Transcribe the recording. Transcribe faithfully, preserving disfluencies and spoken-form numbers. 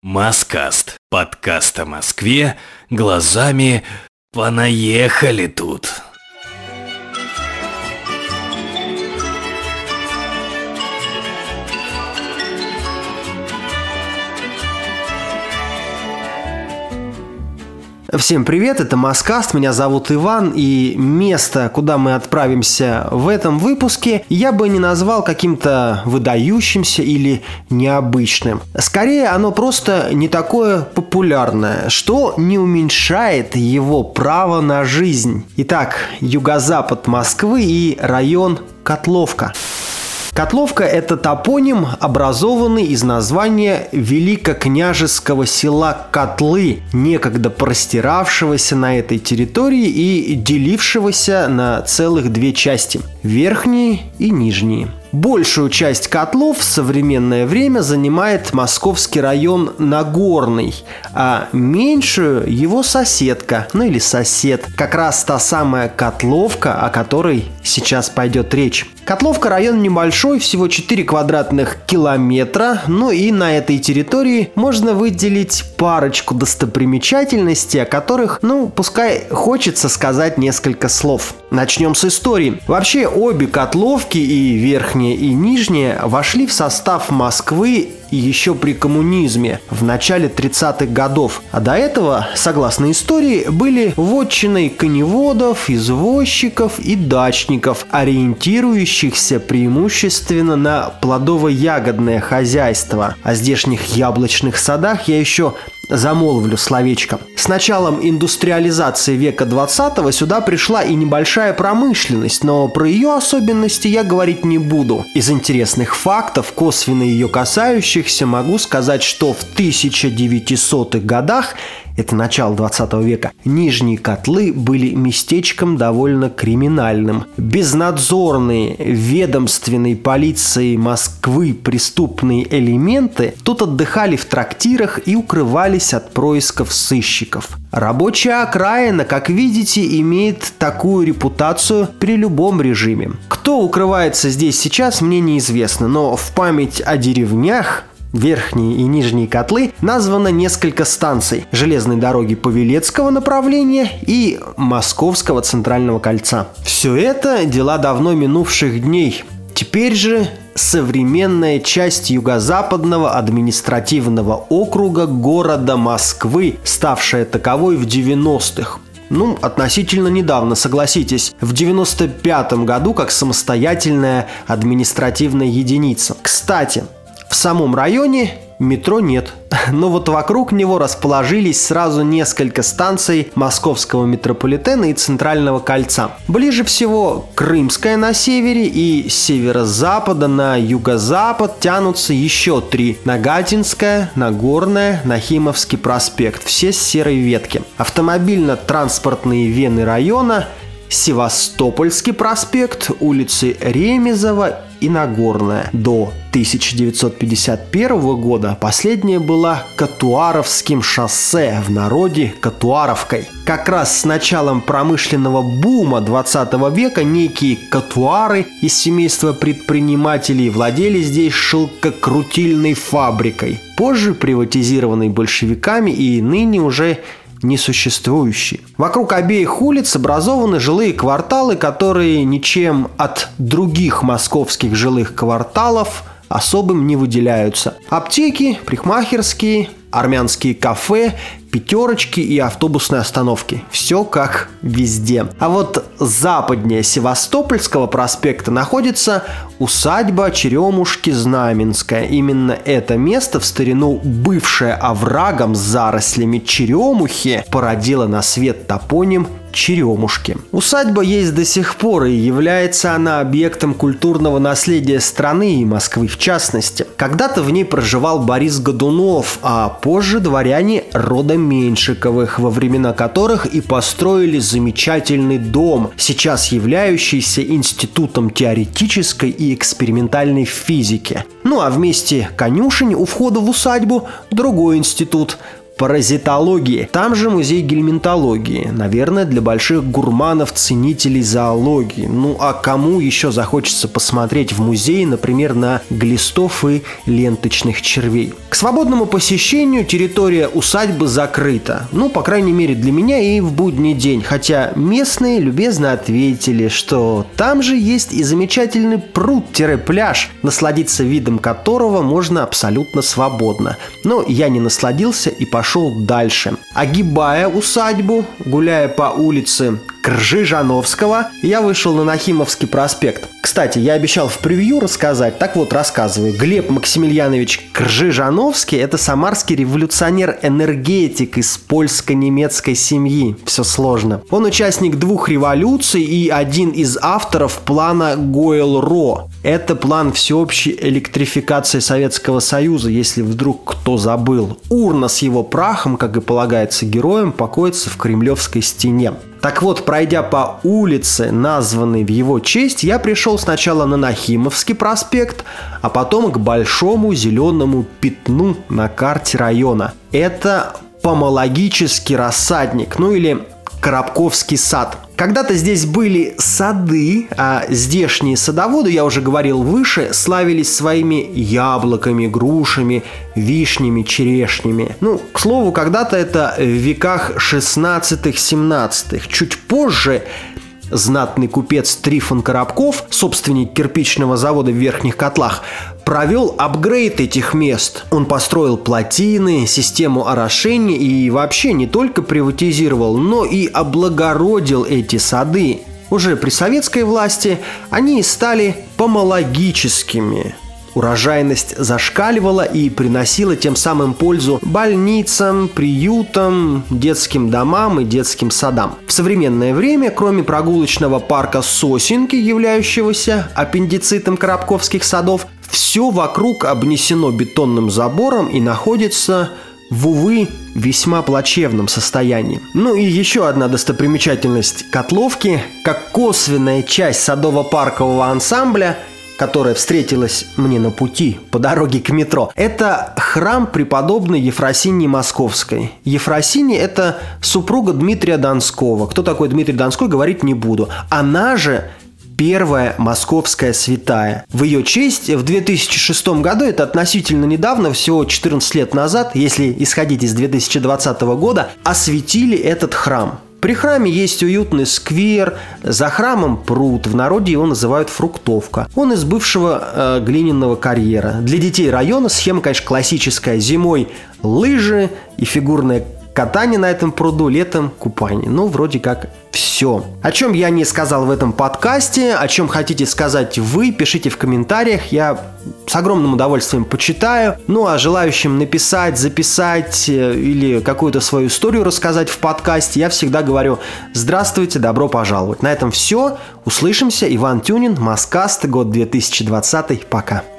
Маскаст. Подкаст о Москве глазами понаехали тут. Всем привет, это Маскаст, меня зовут Иван, и место, куда мы отправимся в этом выпуске, я бы не назвал каким-то выдающимся или необычным. Скорее, оно просто не такое популярное, что не уменьшает его право на жизнь. Итак, юго-запад Москвы и район Котловка. Котловка – это топоним, образованный из названия великокняжеского села Котлы, некогда простиравшегося на этой территории и делившегося на целых две части – верхние и нижние. Большую часть Котлов в современное время занимает московский район Нагорный, а меньшую его соседка, ну или сосед, как раз та самая Котловка, о которой сейчас пойдет речь. Котловка район небольшой, всего четыре квадратных километра, но и на этой территории можно выделить парочку достопримечательностей, о которых, ну, пускай хочется сказать несколько слов. Начнем с истории. Вообще, обе Котловки, и верхняя, и нижняя, вошли в состав Москвы еще при коммунизме в начале тридцатых годов. А до этого, согласно истории, были вотчиной коневодов, извозчиков и дачников, ориентирующихся преимущественно на плодово-ягодное хозяйство. О здешних яблочных садах я еще замолвлю словечко. С началом индустриализации века двадцатого сюда пришла и небольшая промышленность, но про ее особенности я говорить не буду. Из интересных фактов, косвенно ее касающихся, могу сказать, что в тысяча девятисотых годах, это начало двадцатого века, нижние Котлы были местечком довольно криминальным. Безнадзорные ведомственной полицией Москвы преступные элементы тут отдыхали в трактирах и укрывались от происков сыщиков. Рабочая окраина, как видите, имеет такую репутацию при любом режиме. Кто укрывается здесь сейчас, мне неизвестно, но в память о деревнях верхние и нижние Котлы названо несколько станций железной дороги Павелецкого направления и Московского центрального кольца. Все это дела давно минувших дней. Теперь же современная часть юго-западного административного округа города Москвы, ставшая таковой в девяностых. Ну, относительно недавно, согласитесь, в девяносто пятом году как самостоятельная административная единица. Кстати, в самом районе метро нет, но вот вокруг него расположились сразу несколько станций Московского метрополитена и Центрального кольца. Ближе всего Крымская на севере, и с северо-запада на юго-запад тянутся еще три: Нагатинская, Нагорная, Нахимовский проспект, все с серой ветки. Автомобильно-транспортные вены района: Севастопольский проспект, улицы Ремезова и Нагорная. До тысяча девятьсот пятьдесят первого года последняя была Катуаровским шоссе, в народе Катуаровкой. Как раз с началом промышленного бума двадцатого века некие катуары из семейства предпринимателей владели здесь шелкокрутильной фабрикой, позже приватизированной большевиками и ныне уже несуществующие. Вокруг обеих улиц образованы жилые кварталы, которые ничем от других московских жилых кварталов особым не выделяются. Аптеки, парикмахерские, армянские кафе, пятерочки и автобусные остановки. Все как везде. А вот западнее Севастопольского проспекта находится усадьба Черемушки-Знаменская. Именно это место, в старину бывшее оврагом с зарослями черемухи, породило на свет топоним Черемушки. Усадьба есть до сих пор, и является она объектом культурного наследия страны и Москвы в частности. Когда-то в ней проживал Борис Годунов, а позже дворяне рода Меньшиковых, во времена которых и построили замечательный дом, сейчас являющийся институтом теоретической и экспериментальной физики. Ну а вместе конюшень у входа в усадьбу другой институт – паразитологии. Там же музей гельминтологии. Наверное, для больших гурманов-ценителей зоологии. Ну а кому еще захочется посмотреть в музее, например, на глистов и ленточных червей? К свободному посещению территория усадьбы закрыта. Ну, по крайней мере, для меня и в будний день. Хотя местные любезно ответили, что там же есть и замечательный пруд-пляж, насладиться видом которого можно абсолютно свободно. Но я не насладился и пошел дальше. Огибая усадьбу, гуляя по улице Кржижановского, я вышел на Нахимовский проспект. Кстати, я обещал в превью рассказать, так вот рассказываю. Глеб Максимilianovich Кржижановский – это самарский революционер-энергетик из польско-немецкой семьи. Все сложно. Он участник двух революций и один из авторов плана Гойл-Ро. Это план всеобщей электрификации Советского Союза, если вдруг кто забыл. Урна с его прахом, как и полагается героям, покоится в Кремлевской стене. Так вот, пройдя по улице, названной в его честь, я пришел сначала на Нахимовский проспект, а потом к большому зеленому пятну на карте района. Это помологический рассадник, ну или Коробковский сад. Когда-то здесь были сады, а здешние садоводы, я уже говорил выше, славились своими яблоками, грушами, вишнями, черешнями. Ну, к слову, когда-то это в веках шестнадцатых-семнадцатых. Чуть позже знатный купец Трифон Коробков, собственник кирпичного завода в Верхних Котлах, провел апгрейд этих мест. Он построил плотины, систему орошения и вообще не только приватизировал, но и облагородил эти сады. Уже при советской власти они стали помологическими. Урожайность зашкаливала и приносила тем самым пользу больницам, приютам, детским домам и детским садам. В современное время, кроме прогулочного парка Сосенки, являющегося аппендицитом Коробковских садов, все вокруг обнесено бетонным забором и находится в, увы, весьма плачевном состоянии. Ну и еще одна достопримечательность Котловки, как косвенная часть садово-паркового ансамбля, которая встретилась мне на пути по дороге к метро, это храм преподобной Ефросинии Московской. Ефросиния – это супруга Дмитрия Донского. Кто такой Дмитрий Донской, говорить не буду. Она же первая московская святая. В ее честь в две тысячи шестом году, это относительно недавно, всего четырнадцать лет назад, если исходить из две тысячи двадцатого года, осветили этот храм. При храме есть уютный сквер, за храмом пруд, в народе его называют Фруктовка. Он из бывшего э, глиняного карьера. Для детей района схема, конечно, классическая. Зимой лыжи и фигурное катание на этом пруду, летом купание. Ну, вроде как все. О чем я не сказал в этом подкасте, о чем хотите сказать вы, пишите в комментариях. Я с огромным удовольствием почитаю. Ну, а желающим написать, записать или какую-то свою историю рассказать в подкасте, я всегда говорю: здравствуйте, добро пожаловать. На этом все. Услышимся. Иван Тюнин, Москаст, год две тысячи двадцатый. Пока.